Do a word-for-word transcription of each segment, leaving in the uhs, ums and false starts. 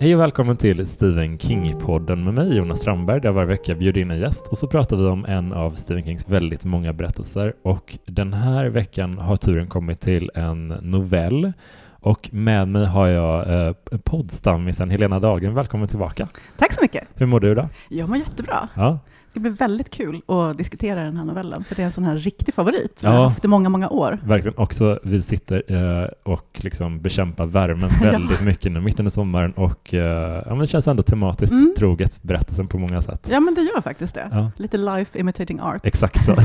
Hej och välkommen till Stephen King-podden med mig, Jonas Strandberg, där varje vecka bjuder in en gäst och så pratar vi om en av Stephen Kings väldigt många berättelser. Och den här veckan har turen kommit till en novell. Och med mig har jag eh, poddstammisen Helena Dahlgren. Välkommen tillbaka. Tack så mycket. Hur mår du då? Jag mår jättebra. Ja. Det blir väldigt kul att diskutera den här novellen, för det är en sån här riktig favorit som Ja. jag har haft i många, många år. Verkligen. Också vi sitter eh, och liksom bekämpar värmen väldigt ja. mycket nu, mitt under sommaren. Och eh, ja, men det känns ändå tematiskt mm. troget berättelsen på många sätt. Ja, men det gör faktiskt det. Ja. Lite life imitating art. Exakt så.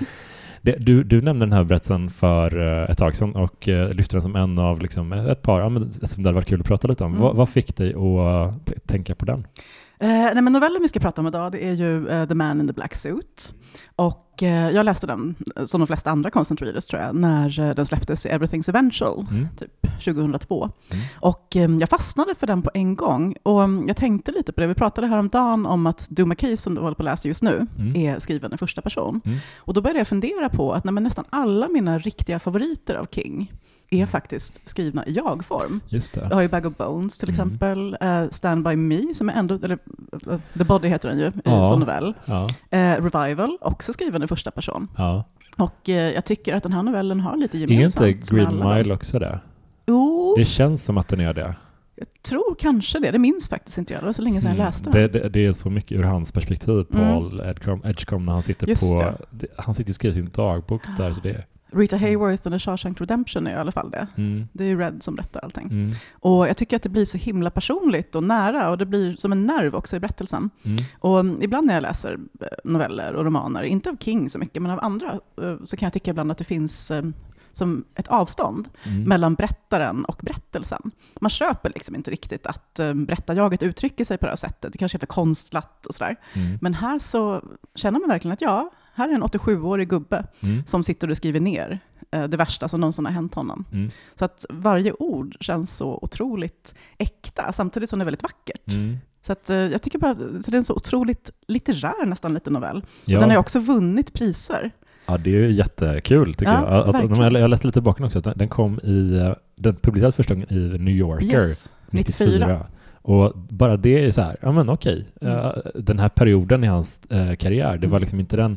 Det, du, du nämnde den här berättelsen för uh, ett tag sedan och uh, lyfte den som en av liksom, ett par ja, men, som det hade varit kul att prata lite om. Mm. Va, vad fick dig att uh, t- tänka på den? Uh, nej, men novellen vi ska prata om idag, det är ju uh, The Man in the Black Suit. Och uh, jag läste den, som de flesta andra constant readers tror jag, när uh, den släpptes i Everything's Eventual, mm. typ tjugohundratvå. Mm. Och um, jag fastnade för den på en gång. Och um, jag tänkte lite på det. Vi pratade häromdagen om att Do McKay, som du håller på att läsa just nu, mm. är skriven i första person. Mm. Och då började jag fundera på att nej, men nästan alla mina riktiga favoriter av King är faktiskt skrivna i jag-form. Just det. Jag har ju Bag of Bones till mm. exempel, uh, Stand By Me, som är ändå, eller uh, The Body heter den ju i ja. sån novell. Ja. Uh, Revival, också skriven i första person. Ja. Och uh, jag tycker att den här novellen har lite gemensamt. Är inte Green Mile också det? Jo. Det känns som att den är det. Jag tror kanske det. Det minns faktiskt inte jag. Det var så länge sedan mm. jag läste det, det. Det är så mycket ur hans perspektiv, Paul mm. Edgecombe, Edgecombe när han sitter Just på... Det. Han sitter och skriver sin dagbok där, så det är... Rita Hayworth och The Shawshank Redemption är i alla fall det. Mm. Det är ju Red som berättar allting. Mm. Och jag tycker att det blir så himla personligt och nära, och det blir som en nerv också i berättelsen. Mm. Och ibland när jag läser noveller och romaner, inte av King så mycket, men av andra, så kan jag tycka ibland att det finns som ett avstånd mm. mellan berättaren och berättelsen. Man köper liksom inte riktigt att berättarjaget uttrycker sig på det här sättet. Det kanske är för konstlat och sådär. Mm. Men här så känner man verkligen att ja, här är en åttiosjuårig gubbe mm. som sitter och skriver ner eh, det värsta som någonsin har hänt honom. Mm. Så att varje ord känns så otroligt äkta, samtidigt som det är väldigt vackert. Mm. Så att, eh, jag tycker bara så det är en så otroligt litterär nästan lite novell. Ja. Och den har ju också vunnit priser. Ja, det är ju jättekul tycker ja, jag. Att, att, jag läste lite bakom också. Den kom i, den publicerades första gången i New Yorker yes, nittiofyra. Och bara det är så här, ja men okej. Mm. Uh, den här perioden i hans uh, karriär, det var liksom inte den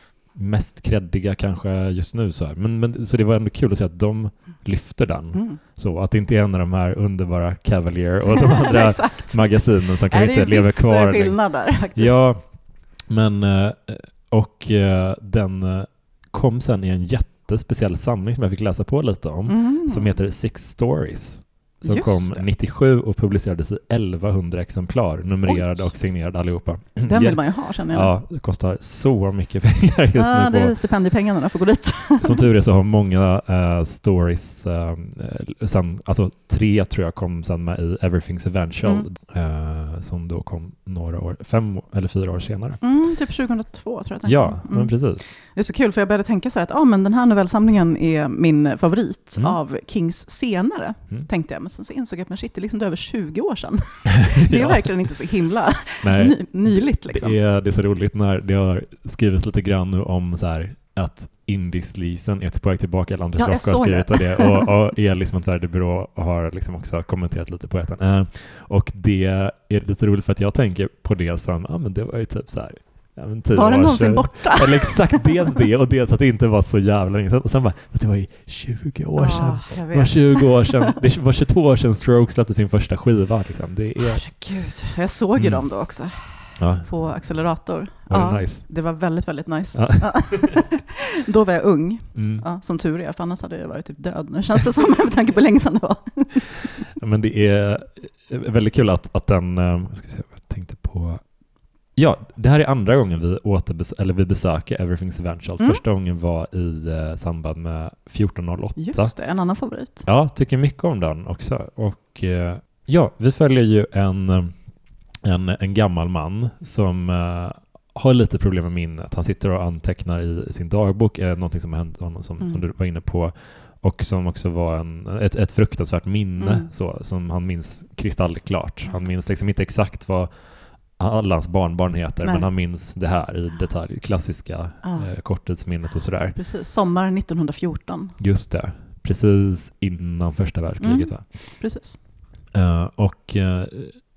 mest kreddiga kanske just nu så här. Men, men så det var ändå kul att se att de lyfter den. Mm. Så att det inte är en av de här underbara Cavalier och de andra magasinen som kan inte leva kvar. Det är viss skillnad där faktiskt. Ja, men uh, och uh, den uh, kom sen i en jättespeciell samling som jag fick läsa på lite om mm. som heter Six Stories. Som Just kom det. nittiosju och publicerades i elvahundra exemplar, numrerade Oj. och signerade allihopa. Den vill man ju ha, känner jag. Ja, det kostar så mycket pengar just ah, nu. Det är stipendiepengarna då, får gå dit. Som tur är så har många uh, stories, uh, sen, alltså tre tror jag kom sen med i Everything's Eventual, mm. uh, som då kom några år, fem eller fyra år senare. Mm, typ tjugohundratvå tror jag. Ja, mm. men precis. Det är så kul för jag började tänka så här att ah, men den här novellsamlingen är min favorit mm. av Kings senare, mm. tänkte jag. Men sen så insåg jag att men shit, det är liksom över tjugo år sedan. Det är ja. verkligen inte så himla ny, nyligt. Liksom. Det, är, det är så roligt när det har skrivits lite grann nu om så här, att Indies-leasen är på väg tillbaka, eller Anders Locke har skrivit det. det. Och, och Elisabeth Värdebyrå har liksom också kommenterat lite på poeten. Uh, och det är lite roligt för att jag tänker på det som, ja ah, men det var ju typ så här. Ja, men var det någonsin borta? Eller exakt dels det och dels att det inte var så jävla länge sedan. Och sen bara, det var ju tjugo år sedan. Ja, det var tjugo år sedan. Det var tjugotvå år sedan Strokes släppte sin första skiva. Liksom. Det är... Herregud, jag såg ju mm. dem då också. Ja. På accelerator. Var ja, det nice? Det var väldigt, väldigt nice. Ja. Då var jag ung, mm. ja, som tur är, för annars hade jag varit typ död. Nu känns det som med tanke på hur länge sedan det var. Ja, men det är väldigt kul att, att den, jag ska se, jag tänkte på, ja, det här är andra gången vi, återbes- eller vi besöker Everything's Eventual. Mm. Första gången var i eh, samband med fjorton noll åtta. Just det, en annan favorit. Ja, tycker mycket om den också. Och eh, ja, vi följer ju en... En, en gammal man som uh, har lite problem med minnet. Han sitter och antecknar i sin dagbok eh, någonting som har hänt honom som, mm. som du var inne på, och som också var en, ett, ett fruktansvärt minne mm. så, som han minns kristallklart. Mm. Han minns liksom inte exakt vad alla hans barnbarn heter, Nej. men han minns det här i detalj. Klassiska ah. eh, korttidsminnet och sådär. Precis, sommar nittonhundrafjorton. Just det, precis innan första världskriget. Mm. Va? Precis. Uh, och uh,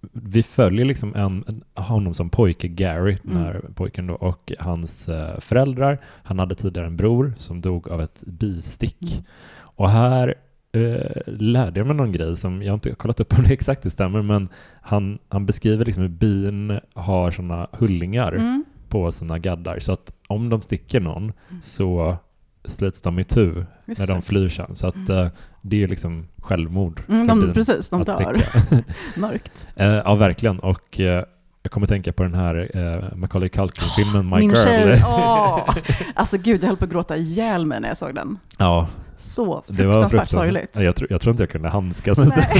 vi följer liksom en, en, honom som pojke, Gary, den här mm. pojken då, och hans eh, föräldrar. Han hade tidigare en bror som dog av ett bistick. Mm. Och här eh, lärde jag mig någon grej som jag inte har kollat upp om det exakt det stämmer, men han, han beskriver liksom hur bin har såna hullingar mm. på sina gaddar, så att om de sticker någon mm. så slits de i tu när de flyr sen. Så att mm. uh, det är liksom självmord. Mm, de, precis, de dör. Mörkt. uh, ja, verkligen. Och uh, jag kommer tänka på den här uh, Macaulay Culkin-filmen My Min Girl. Tjej. Oh. Alltså gud, jag höll på att gråta ihjäl mig när jag såg den. Ja. Så fruktansvärt sorgligt. Jag, tror, jag tror inte jag kunde handskas.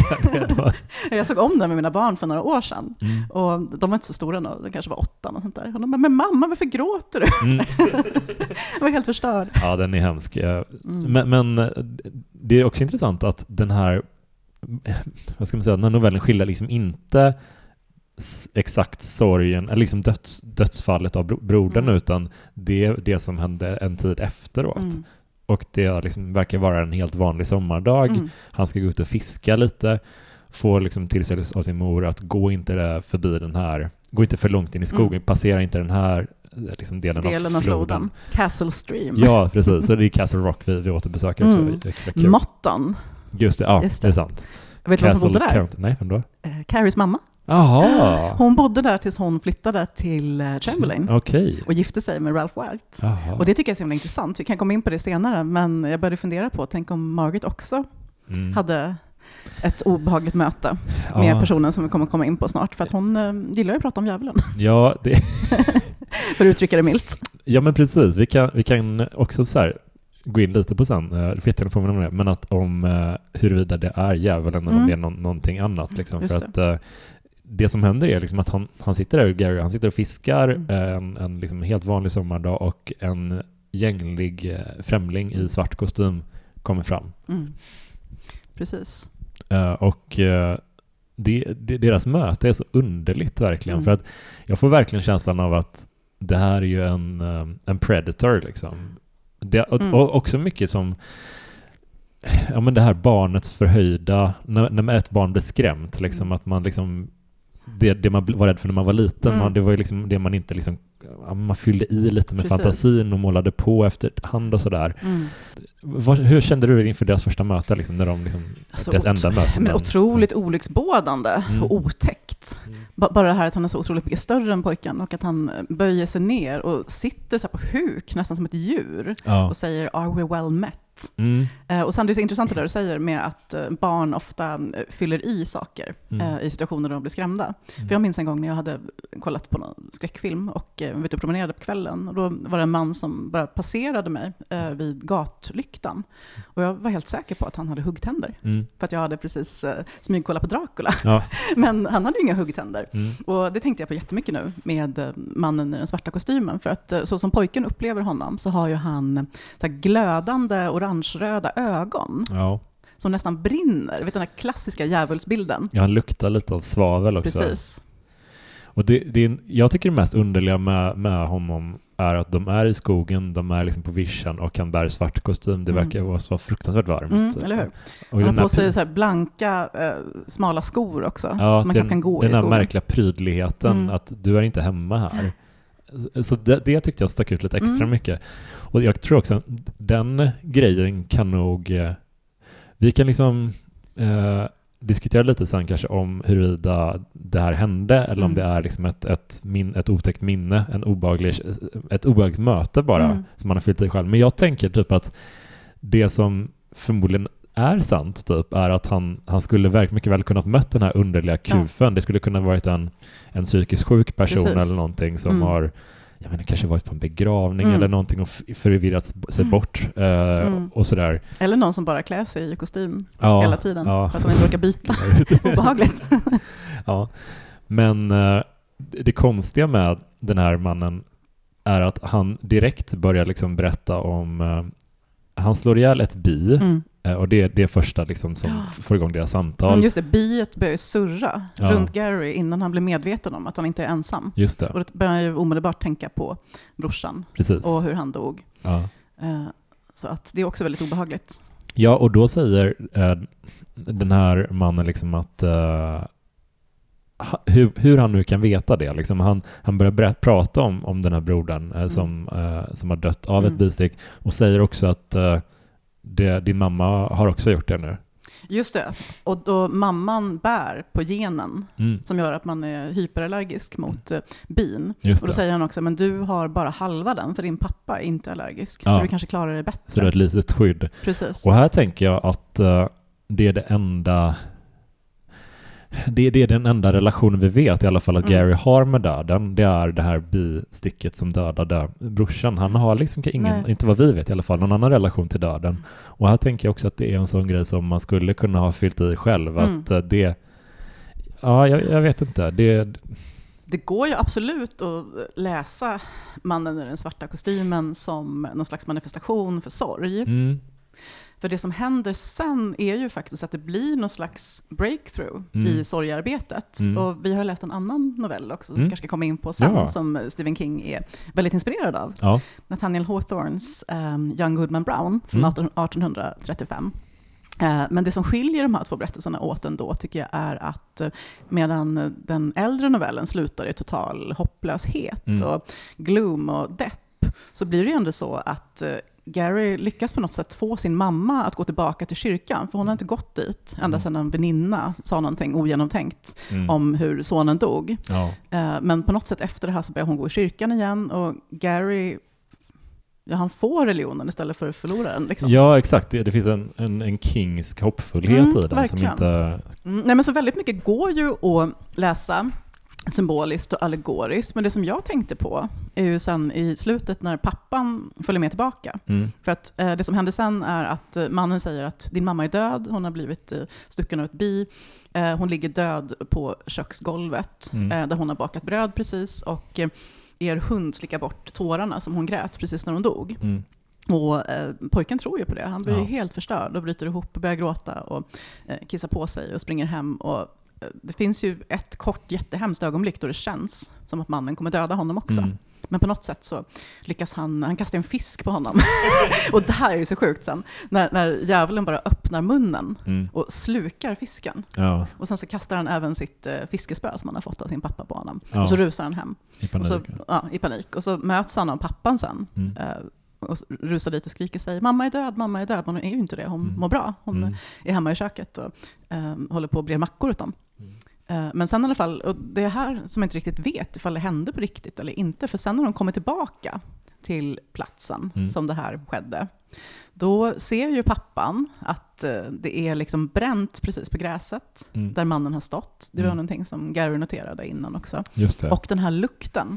Jag såg om den med mina barn för några år sedan. Mm. Och de var inte så stora nu, de kanske var åtta och sånt där. Och de bara, men mamma, varför gråter du? Mm. Jag var helt förstörd. Ja, den är hemsk. Mm. Men, men det är också intressant att den här, vad ska man säga, den här novellen skildrar liksom inte exakt sorgen, eller liksom döds, dödsfallet av brodern, mm. utan det är det som hände en tid efteråt. Mm. Och det liksom verkar vara en helt vanlig sommardag. Mm. Han ska gå ut och fiska lite. Får liksom till sig av sin mor att gå inte förbi den här, gå inte för långt in i skogen, mm. passera inte den här liksom delen, delen av floden. Av floden. Castle Stream. Ja, precis. Så det är Castle Rock vi, vi återbesöker. Mm. Motton. Just det, ja, Just det. det är sant. Vet du vad som bodde där? Count. Nej, vem då? Uh, Carries mamma. Aha. Hon bodde där tills hon flyttade till Chamberlain okay. och gifte sig med Ralph White. Aha. Och det tycker jag är så himla intressant. Vi kan komma in på det senare, men jag började fundera på, tänk om Margaret också mm. hade ett obehagligt möte med ja. personen som vi kommer komma in på snart, för att hon äh, gillar ju att prata om djävulen. Ja, det... för att uttrycka det milt. Ja, men precis. Vi kan, vi kan också så här gå in lite på sen, uh, det får jag om det, men att om uh, huruvida det är djävulen eller mm. om det är no- någonting annat. Liksom, för att uh, det som händer är liksom att han, han sitter där, Gary, han sitter och fiskar mm. en, en liksom helt vanlig sommardag, och en gänglig eh, främling i svart kostym kommer fram. Mm. Precis. Uh, och uh, det, det, deras möte är så underligt verkligen, mm. för att jag får verkligen känslan av att det här är ju en, um, en predator liksom. Det, och, mm. och också mycket som ja, men det här barnets förhöjda, när, när ett barn blir skrämt liksom, att man liksom Det, det man var rädd för när man var liten, mm. man, det var ju liksom det man inte liksom, man fyllde i lite med Precis. fantasin och målade på efter hand och sådär. Mm. Vad, hur kände du inför deras första möte, liksom, när de liksom, alltså, deras ot- enda möte? Men otroligt mm. olycksbådande mm. och otäckt. Mm. B- bara det här att han är så otroligt mycket större än pojken, och att han böjer sig ner och sitter så här på huk, nästan som ett djur, ja. och säger "Are we well met?" Mm. Uh, och sen det är så intressant det där du säger med att uh, barn ofta uh, fyller i saker mm. uh, i situationer där de blir skrämda. Mm. För jag minns en gång när jag hade kollat på någon skräckfilm och uh, var ute och promenerade på kvällen, och då var det en man som bara passerade mig uh, vid gatlyktan, och jag var helt säker på att han hade huggtänder mm. för att jag hade precis uh, smygkollat på Dracula. Ja. Men han hade ju inga huggtänder. Mm. Och det tänkte jag på jättemycket nu med uh, mannen i den svarta kostymen, för att uh, så som pojken upplever honom så har ju han uh, så här glödande och orange-röda ögon ja. som nästan brinner. Vet den här klassiska djävulsbilden? Ja, han luktar lite av svavel också. Precis. Och det, det är, jag tycker det mest underliga med, med honom är att de är i skogen, de är liksom på vischan, och han bär svart kostym. Det mm. verkar vara så fruktansvärt varmt. Mm, eller hur? Och han har på sig så här blanka, eh, smala skor också, ja, så man den, kan gå den i skogen. Den här märkliga prydligheten, mm. att du är inte hemma här. Så det, det tyckte jag stack ut lite extra mm. mycket. Och jag tror också att den grejen kan nog... Eh, vi kan liksom eh, diskutera lite sen kanske om huruvida det här hände, eller mm. om det är liksom ett, ett, min, ett otäckt minne, en obehaglig, ett obehagligt möte bara, mm. som man har fyllt i själv. Men jag tänker typ att det som förmodligen är sant typ, är att han, han skulle verkligen mycket väl kunnat mött den här underliga kufen. Ja. Det skulle kunna varit en, en psykiskt sjuk person Precis. eller någonting som mm. har jag menar, kanske varit på en begravning mm. eller någonting och förvirrat sig mm. bort uh, mm. och sådär. Eller någon som bara klär sig i kostym ja, hela tiden ja. för att de inte orkar byta. Obehagligt. Ja. Men uh, det konstiga med den här mannen är att han direkt börjar liksom berätta om uh, han slår ihjäl ett bi mm. och det är det första liksom som ja. får igång deras samtal. Mm, just det, biet börjar surra ja. runt Gary innan han blir medveten om att han inte är ensam. Just det. Och då börjar han ju omedelbart tänka på brorsan Precis. och hur han dog. Ja. Uh, så att det är också väldigt obehagligt. Ja, och då säger uh, den här mannen liksom att uh, hur, hur han nu kan veta det. Liksom han, han börjar berätta, prata om, om den här brodern eh, mm. som, eh, som har dött av mm. ett bistick och säger också att eh, det, din mamma har också gjort det nu. Just det. Och då mamman bär på genen mm. som gör att man är hyperallergisk mot mm. bin. Och då säger han också, men du har bara halva den för din pappa är inte allergisk. Ja. Så du kanske klarar det bättre. Så det är ett litet skydd. Precis. Och här tänker jag att uh, det är det enda det, det är den enda relationen vi vet i alla fall att mm. Gary har med döden. Det är det här bisticket som dödade brorsan. Han har liksom ingen, Nej. inte vad vi vet i alla fall, någon annan relation till döden. Mm. Och här tänker jag också att det är en sån grej som man skulle kunna ha fyllt i själv. Mm. Att det, ja, jag, jag vet inte. Det, det går ju absolut att läsa mannen i den svarta kostymen som någon slags manifestation för sorg. Mm. För det som händer sen är ju faktiskt att det blir någon slags breakthrough mm. i sorgarbetet. Mm. Och vi har läst en annan novell också som mm. vi kanske ska komma in på sen ja. som Stephen King är väldigt inspirerad av. Ja. Nathaniel Hawthornes um, Young Goodman Brown från mm. arton trettiofem. Uh, men det som skiljer de här två berättelserna åt ändå tycker jag är att uh, medan den äldre novellen slutar i total hopplöshet mm. och gloom och depp så blir det ju ändå så att uh, Gary lyckas på något sätt få sin mamma att gå tillbaka till kyrkan, för hon har inte gått dit ända sedan en väninna sa någonting ogenomtänkt mm. om hur sonen dog. Ja. Men på något sätt efter det här så börjar hon gå i kyrkan igen och Gary, ja, han får religionen istället för att förlora den. Liksom. Ja, exakt. Det, det finns en, en, en kingsk hoppfullhet mm, i den. Som inte... Mm, nej, men så väldigt mycket går ju att läsa symboliskt och allegoriskt, men det som jag tänkte på är ju sen i slutet när pappan följer med tillbaka. Mm. För att eh, det som händer sen är att eh, mannen säger att din mamma är död, hon har blivit eh, stucken av ett bi, eh, hon ligger död på köksgolvet mm. eh, där hon har bakat bröd precis och eh, er hund slickar bort tårarna som hon grät precis när hon dog. Mm. Och eh, pojken tror ju på det, han blir ja. helt förstörd och bryter ihop och börjar gråta och eh, kissar på sig och springer hem och det finns ju ett kort jättehemskt ögonblick då det känns som att mannen kommer döda honom också. Mm. Men på något sätt så lyckas han, han kastar en fisk på honom. Och det här är ju så sjukt sen. När, när djävulen bara öppnar munnen mm. och slukar fisken. Ja. Och sen så kastar han även sitt eh, fiskespö som han har fått av sin pappa på honom. Ja. Och så rusar han hem. I panik. Och så, ja, i panik. Och så möts han av pappan sen. Mm. Eh, och rusar dit och skriker sig, mamma är död, mamma är död. Men hon är ju inte det, hon mm. mår bra. Hon mm. är hemma i köket och eh, håller på att bli mackor åt dem. Mm. Men sen i alla fall, och det är här som jag inte riktigt vet ifall det hände på riktigt eller inte, för sen när de kommer tillbaka till platsen mm. som det här skedde, då ser ju pappan att det är liksom bränt precis på gräset mm. där mannen har stått. Det var mm. någonting som Gary noterade innan också. Just det. Och den här lukten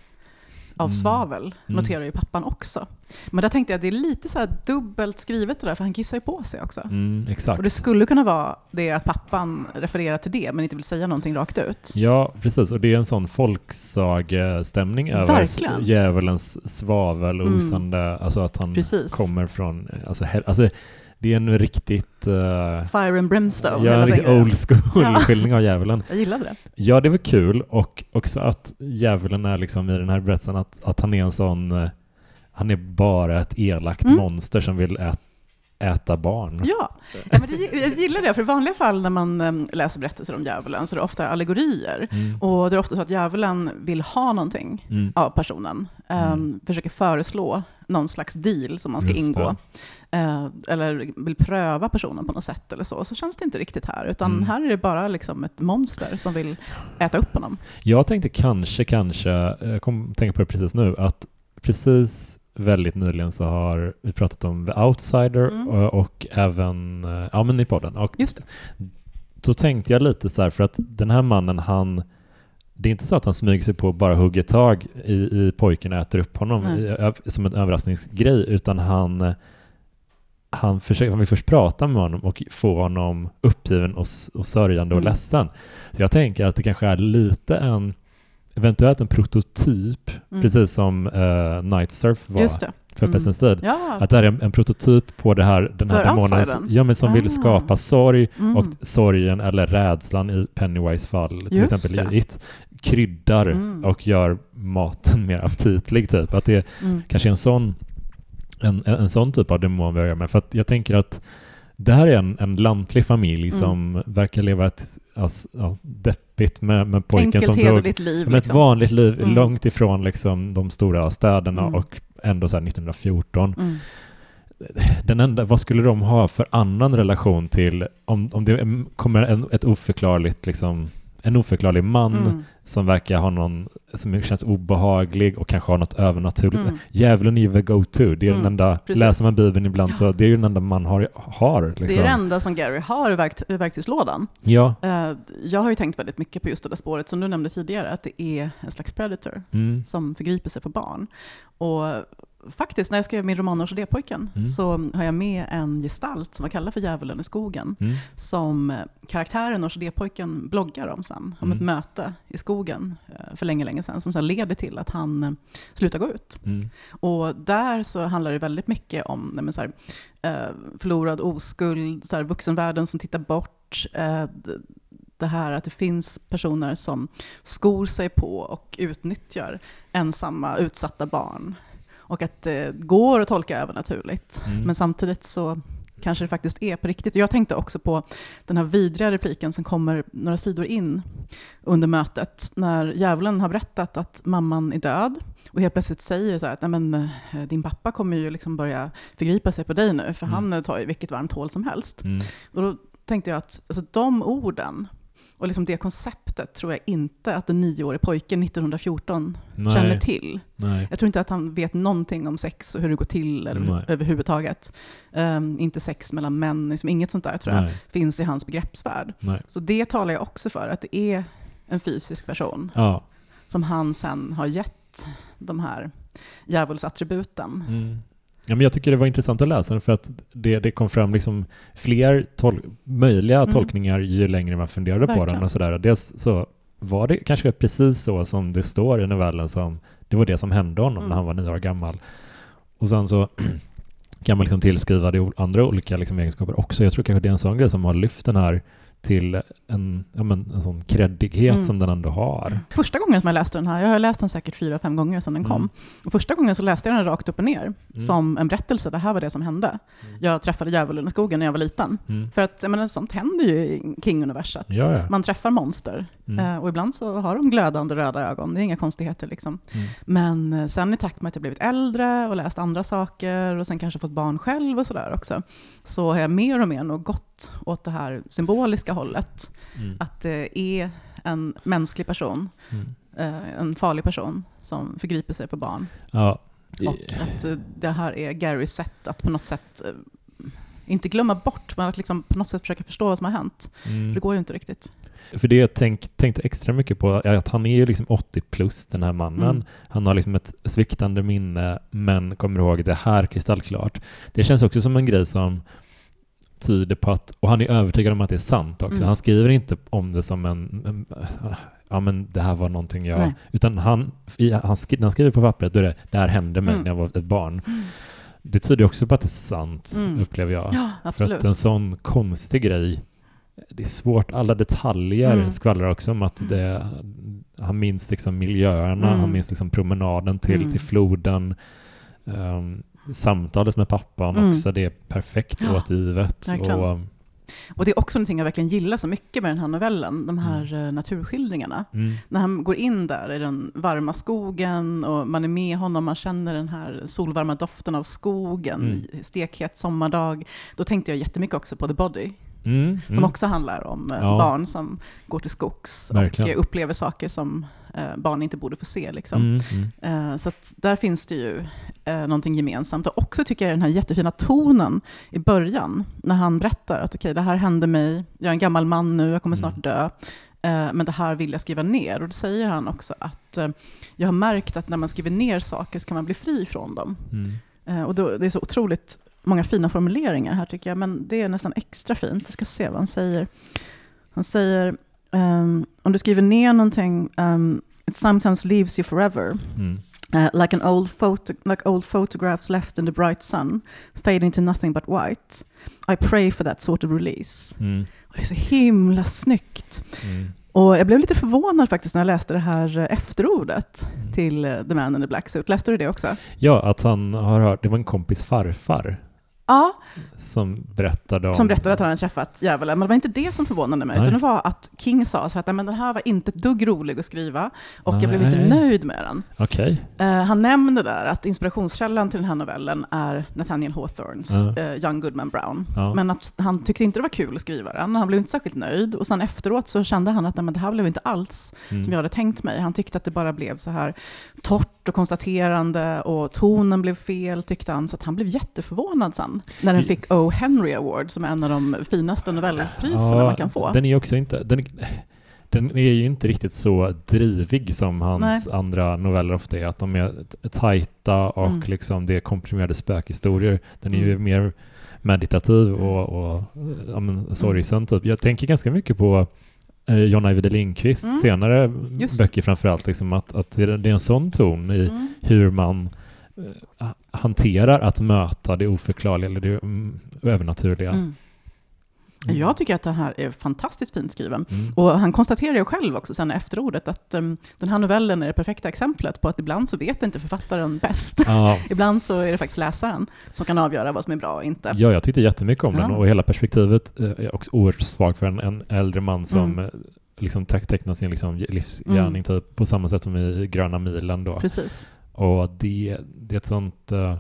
av mm. svavel noterar ju pappan också. Men där tänkte jag att det är lite så här dubbelt skrivet det där, för han kissar ju på sig också. Mm, exakt. Och det skulle kunna vara det att pappan refererar till det men inte vill säga någonting rakt ut. Ja, precis. Och det är en sån folksagestämning över djävulens svavel och osande, mm. alltså att han precis. kommer från, alltså, her, alltså det är en riktigt uh, Fire and Brimstone. Ja, en riktigt old school-skildring av djävulen. Jag gillade det. Ja, det var kul. Och också att djävulen är liksom i den här berättelsen att, att han är en sån, uh, han är bara ett elakt mm. monster som vill äta äta barn. Ja, ja men det, jag gillar det. För i vanliga fall när man um, läser berättelser om djävulen så är det ofta allegorier. Mm. Och det är ofta så att djävulen vill ha någonting mm. av personen. Um, mm. Försöker föreslå någon slags deal som man ska Just ingå. Uh, eller vill pröva personen på något sätt eller så. Så känns det inte riktigt här. Utan mm. här är det bara liksom ett monster som vill äta upp honom. Jag tänkte kanske, kanske, jag kom tänka på det precis nu, att precis väldigt nyligen så har vi pratat om The Outsider mm. och, och även ja, men i podden. Och Just det. Då tänkte jag lite så här, för att den här mannen, han, det är inte så att han smyger sig på och bara hugger tag i, i pojken och äter upp honom i, som en överraskningsgrej, utan han han, försöker, han vill först prata med honom och få honom uppgiven och, och sörjande mm. och ledsen. Så jag tänker att det kanske är lite en eventuellt en prototyp, mm. precis som uh, Night Surf var för mm. Pestens tid. Ja. Att det är en, en prototyp på det här, den här demonen ja, men som ah. vill skapa sorg mm. och sorgen eller rädslan i Pennywise fall, till Just exempel det. i It, kryddar mm. och gör maten mer aptitlig typ. Att det mm. kanske är en sån en, en, en sån typ av demon vi har med. För att jag tänker att det här är en, en lantlig familj mm. som verkar leva ett alltså, ja, deppigt deppigt med, med pojken Enkelt, som hederligt drog liv, med liksom. ett vanligt liv mm. långt ifrån liksom, de stora städerna mm. och ändå så här nittonhundrafjorton. Mm. Den enda, vad skulle de ha för annan relation till om, om det kommer en, ett oförklarligt liksom, en oförklarlig man mm. som verkar ha någon som känns obehaglig och kanske har något övernaturligt. Mm. Djävulen är ju the go-to. Det är mm. den enda, Precis. läser man Bibeln ibland så det är ju den enda man har. har liksom. Det är det enda som Gary har i, verkt, i verktygslådan. Ja. Uh, jag har ju tänkt väldigt mycket på just det där spåret som du nämnde tidigare, att det är en slags predator mm. som förgriper sig på barn. Och faktiskt, när jag skrev min roman Orkidépojken mm. så har jag med en gestalt som jag kallar för Djävulen i skogen mm. som karaktären Orkidépojken bloggar om sen, om mm. ett möte i skogen för länge, länge sedan som sen leder till att han slutar gå ut. Mm. Och där så handlar det väldigt mycket om nej men så här, förlorad oskuld, så här, vuxenvärlden som tittar bort, det här att det finns personer som skor sig på och utnyttjar ensamma, utsatta barn. Och att det går att tolka övernaturligt. Mm. Men samtidigt så kanske det faktiskt är på riktigt. Jag tänkte också på den här vidriga repliken som kommer några sidor in under mötet. När djävulen har berättat att mamman är död. Och helt plötsligt säger så här att nej men, din pappa kommer ju liksom börja förgripa sig på dig nu. För mm. han tar ju vilket varmt hål som helst. Mm. Och då tänkte jag att alltså, de orden och liksom det konceptet tror jag inte att en nioårig pojke nittonhundrafjorton Nej. känner till. Nej. Jag tror inte att han vet någonting om sex och hur det går till eller Nej. överhuvudtaget. Um, inte sex mellan män, liksom inget sånt där tror jag Nej. finns i hans begreppsvärld. Nej. Så det talar jag också för, att det är en fysisk person ja. som han sen har gett de här djävulsattributen. Mm. Ja, men jag tycker det var intressant att läsa den för att det, det kom fram liksom fler tol- möjliga mm. tolkningar ju längre man funderade Verkligen. på den och sådär. Dels så var det kanske precis så som det står i novellen, som det var det som hände honom mm. när han var nio år gammal. Och sen så kan man liksom tillskriva det andra olika liksom egenskaper också. Jag tror kanske det är en sån grej som har lyft den här till en, ja men, en sån kreddighet mm. som den ändå har. Första gången som jag läste den här, jag har läst den säkert fyra, fem gånger sedan den mm. kom. Och första gången så läste jag den rakt upp och ner mm. som en berättelse. Det här var det som hände. Mm. Jag träffade djävulen i skogen när jag var liten. Mm. För att jag menar, sånt händer ju i King-universat. Ja, ja. Man träffar monster. Mm. Eh, och ibland så har de glödande röda ögon. Det är inga konstigheter liksom. Mm. Men eh, sen i takt med att jag blivit äldre och läst andra saker och sen kanske fått barn själv och sådär också, så har jag mer och mer nog gått åt det här symboliska hållet. Mm. Att det är en mänsklig person, mm. eh, en farlig person som förgriper sig på barn. Ja. Och att eh, det här är Garys sätt att på något sätt eh, inte glömma bort, men att liksom på något sätt försöka förstå vad som har hänt. Mm. Det går ju inte riktigt. För det jag tänk, tänkte extra mycket på är att han är ju liksom åttio plus, den här mannen. Mm. Han har liksom ett sviktande minne, men kommer ihåg det här kristallklart. Det känns också som en grej som tyder på att, och han är övertygad om att det är sant också. Mm. Han skriver inte om det som en, en ja men det här var någonting jag, Nej. utan han, han, skri, han skriver på pappret, då är det, det här hände mig mm. när jag var ett barn. Mm. Det tyder också på att det är sant, mm. upplever jag. Ja, absolut. För att en sån konstig grej, det är svårt, alla detaljer mm. skvallrar också om att det, han minns liksom miljöerna, mm. han minns liksom promenaden till, mm. till floden, um, samtalet med pappan mm. också, det är perfekt ja, återgivet. Och, och det är också någonting jag verkligen gillar så mycket med den här novellen, de här mm. naturskildringarna. Mm. När han går in där i den varma skogen och man är med honom, man känner den här solvarma doften av skogen, mm. stekhet sommardag. Då tänkte jag jättemycket också på The Body. Mm, som mm. också handlar om ja. barn som går till skogs Verkligen. och upplever saker som eh, barn inte borde få se. Liksom. Mm, mm. Eh, så att där finns det ju eh, någonting gemensamt. Och också tycker jag den här jättefina tonen i början, när han berättar att okej, okay, det här hände mig, jag är en gammal man nu, jag kommer snart dö. Eh, men det här vill jag skriva ner. Och då säger han också att eh, jag har märkt att när man skriver ner saker så kan man bli fri från dem. Mm. Eh, och då, det är så otroligt många fina formuleringar här tycker jag, men det är nästan extra fint. Jag ska se vad han säger. Han säger, um, om du skriver ner någonting, um, it sometimes leaves you forever. Mm. Uh, like an old photo, like old photographs left in the bright sun, fading to nothing but white. I pray for that sort of release. Mm. Och det är så himla snyggt. Mm. Och jag blev lite förvånad faktiskt när jag läste det här efterordet mm. till The Man in the Black Suit. Läste du det också? Ja, att han har hört, det var en kompis farfar Ja. Som berättade om... Som berättade att han hade träffat djävulen. Men det var inte det som förvånade mig. Nej. Utan det var att King sa så att men den här var inte ett dugg rolig att skriva. Och Nej. jag blev inte nöjd med den. Okay. Uh, han nämnde där att inspirationskällan till den här novellen är Nathaniel Hawthornes uh. uh, Young Goodman Brown. Uh. Men att han tyckte inte det var kul att skriva den. Han blev inte särskilt nöjd. Och sen efteråt så kände han att men det här blev inte alls mm. som jag hade tänkt mig. Han tyckte att det bara blev så här torrt och konstaterande. Och tonen blev fel, tyckte han. Så att han blev jätteförvånad sen. När den fick O. Henry Award som är en av de finaste novellpriserna ja, man kan få. Den är ju också inte den, den är ju inte riktigt så drivig som hans Nej. andra noveller ofta är, att de är tajta och mm. liksom det är komprimerade spökhistorier. Den är mm. ju mer meditativ och, och ja, men, sorgsen typ. Jag tänker ganska mycket på eh, John Ajvide Lindqvist mm. senare Just. böcker framförallt liksom att, att det är en sån ton i mm. hur man eh, hanterar att möta det oförklarliga eller det mm, övernaturliga. Mm. Mm. Jag tycker att den här är fantastiskt fint skriven. Mm. Och han konstaterar ju själv också sen efter ordet att um, den här novellen är det perfekta exemplet på att ibland så vet inte författaren bäst. Ja. Ibland så är det faktiskt läsaren som kan avgöra vad som är bra och inte. Ja, jag tyckte jättemycket om ja. den och hela perspektivet är också oerhört svag för en, en äldre man som mm. liksom te- tecknar sin liksom livsgärning mm. typ, på samma sätt som i Gröna milen då. Precis. Och det, det är ett sånt uh,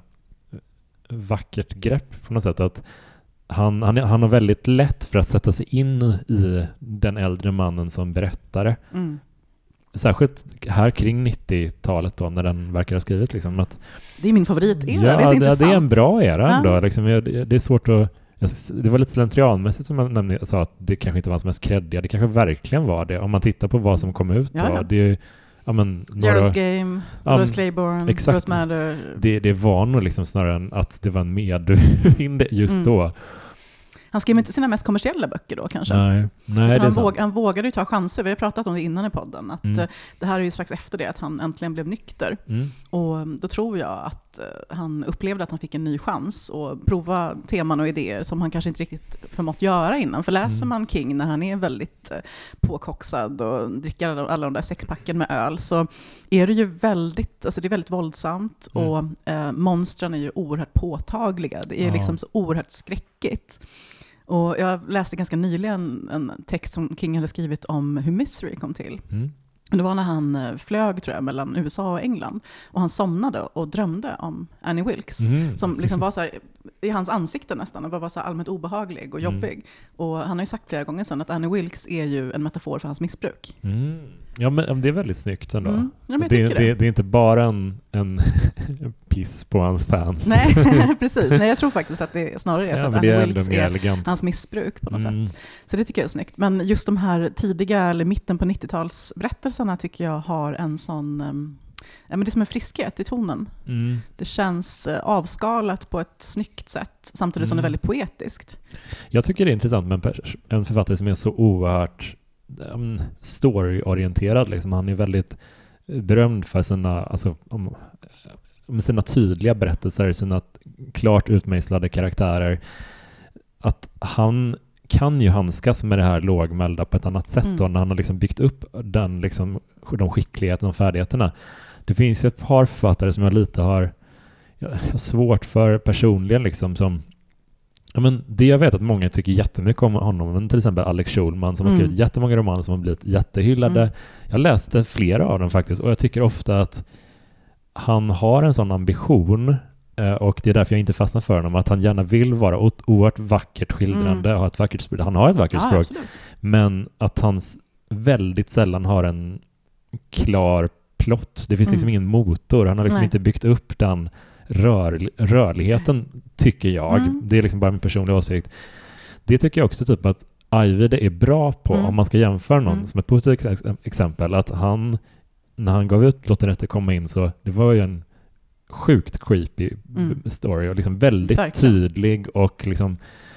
vackert grepp på något sätt att han, han, han har väldigt lätt för att sätta sig in i den äldre mannen som berättare. Mm. Särskilt här kring nittiotalet då, när den verkar ha skrivit. Liksom, att, det är min favorit era, ja, det är så intressant. Det är en bra era ändå. Ja. Liksom, det är svårt att... Det var lite slentrianmässigt som jag nämnde, sa att det kanske inte var som mest kreddiga. Det kanske verkligen var det. Om man tittar på vad som kom ut då. Ja, ja. Det är ja, men, några, Gerald's Game, Dolores um, Claiborne, Rose Madder. Det, det var nog liksom snarare än att det var en medvind just mm. då. Han skrev inte sina mest kommersiella böcker då kanske. Nej, nej, han, våg, han vågade ju ta chanser. Vi har pratat om det innan i podden. Att mm. det här är ju strax efter det att han äntligen blev nykter. Mm. Och då tror jag att han upplevde att han fick en ny chans att prova teman och idéer som han kanske inte riktigt förmått göra innan. För läser mm. man King när han är väldigt påkoxad och dricker alla de där sexpacken med öl så är det ju väldigt, alltså det är väldigt våldsamt mm. och eh, monstren är ju oerhört påtagliga. Det är ja. liksom så oerhört skräckigt. Och jag läste ganska nyligen en text som King hade skrivit om hur Misery kom till. Mm. Det var när han flög tror jag, mellan U S A och England. Och han somnade och drömde om Annie Wilkes. Mm. Som liksom var så här, i hans ansikte nästan. Och bara var så här allmänt obehaglig och jobbig. Mm. Och han har ju sagt flera gånger sedan att Annie Wilkes är ju en metafor för hans missbruk. Mm. Ja, men det är väldigt snyggt ändå. Mm. Ja, det, det. Det, det är inte bara en, en piss på hans fans. Nej, precis. Nej, jag tror faktiskt att det snarare är så ja, att Annie Wilkes är elegant. Hans missbruk på något mm. sätt. Så det tycker jag är snyggt. Men just de här tidiga eller mitten på nittiotalsberättelserna tycker jag har en sån... Um, ja, men det är som en friskhet i tonen. Mm. Det känns uh, avskalat på ett snyggt sätt samtidigt mm. som det är väldigt poetiskt. Jag tycker det är intressant med en, pers- en författare som är så oerhört um, storyorienterad. Liksom. Han är väldigt berömd för sina, alltså, om, om sina tydliga berättelser, sina klart utmejslade karaktärer. Att han kan ju handskas med det här lågmälda på ett annat sätt mm. då, när han har liksom byggt upp den, liksom, de skickligheterna och färdigheterna. Det finns ju ett par författare som jag lite har, jag har svårt för personligen liksom, som ja, men det jag vet att många tycker jättemycket om honom, men till exempel Alex Schulman som mm. har skrivit jättemånga romaner som har blivit jättehyllade. Mm. Jag läste flera av dem faktiskt och jag tycker ofta att han har en sån ambition och det är därför jag inte fastnar för honom, att han gärna vill vara oerhört vackert skildrande mm. och ha ett vackert språk. Han har ett vackert ja, språk, absolut. Men att han väldigt sällan har en klar plott. Det finns liksom mm. ingen motor. Han har liksom Nej. inte byggt upp den rör, rörligheten, tycker jag. Mm. Det är liksom bara min personliga åsikt. Det tycker jag också typ att Ajvide är bra på, mm. om man ska jämföra någon mm. som ett positivt exempel, att han, när han gav ut Låt den rätte komma in, så det var ju en sjukt creepy mm. story och liksom väldigt Verkligen. tydlig och liksom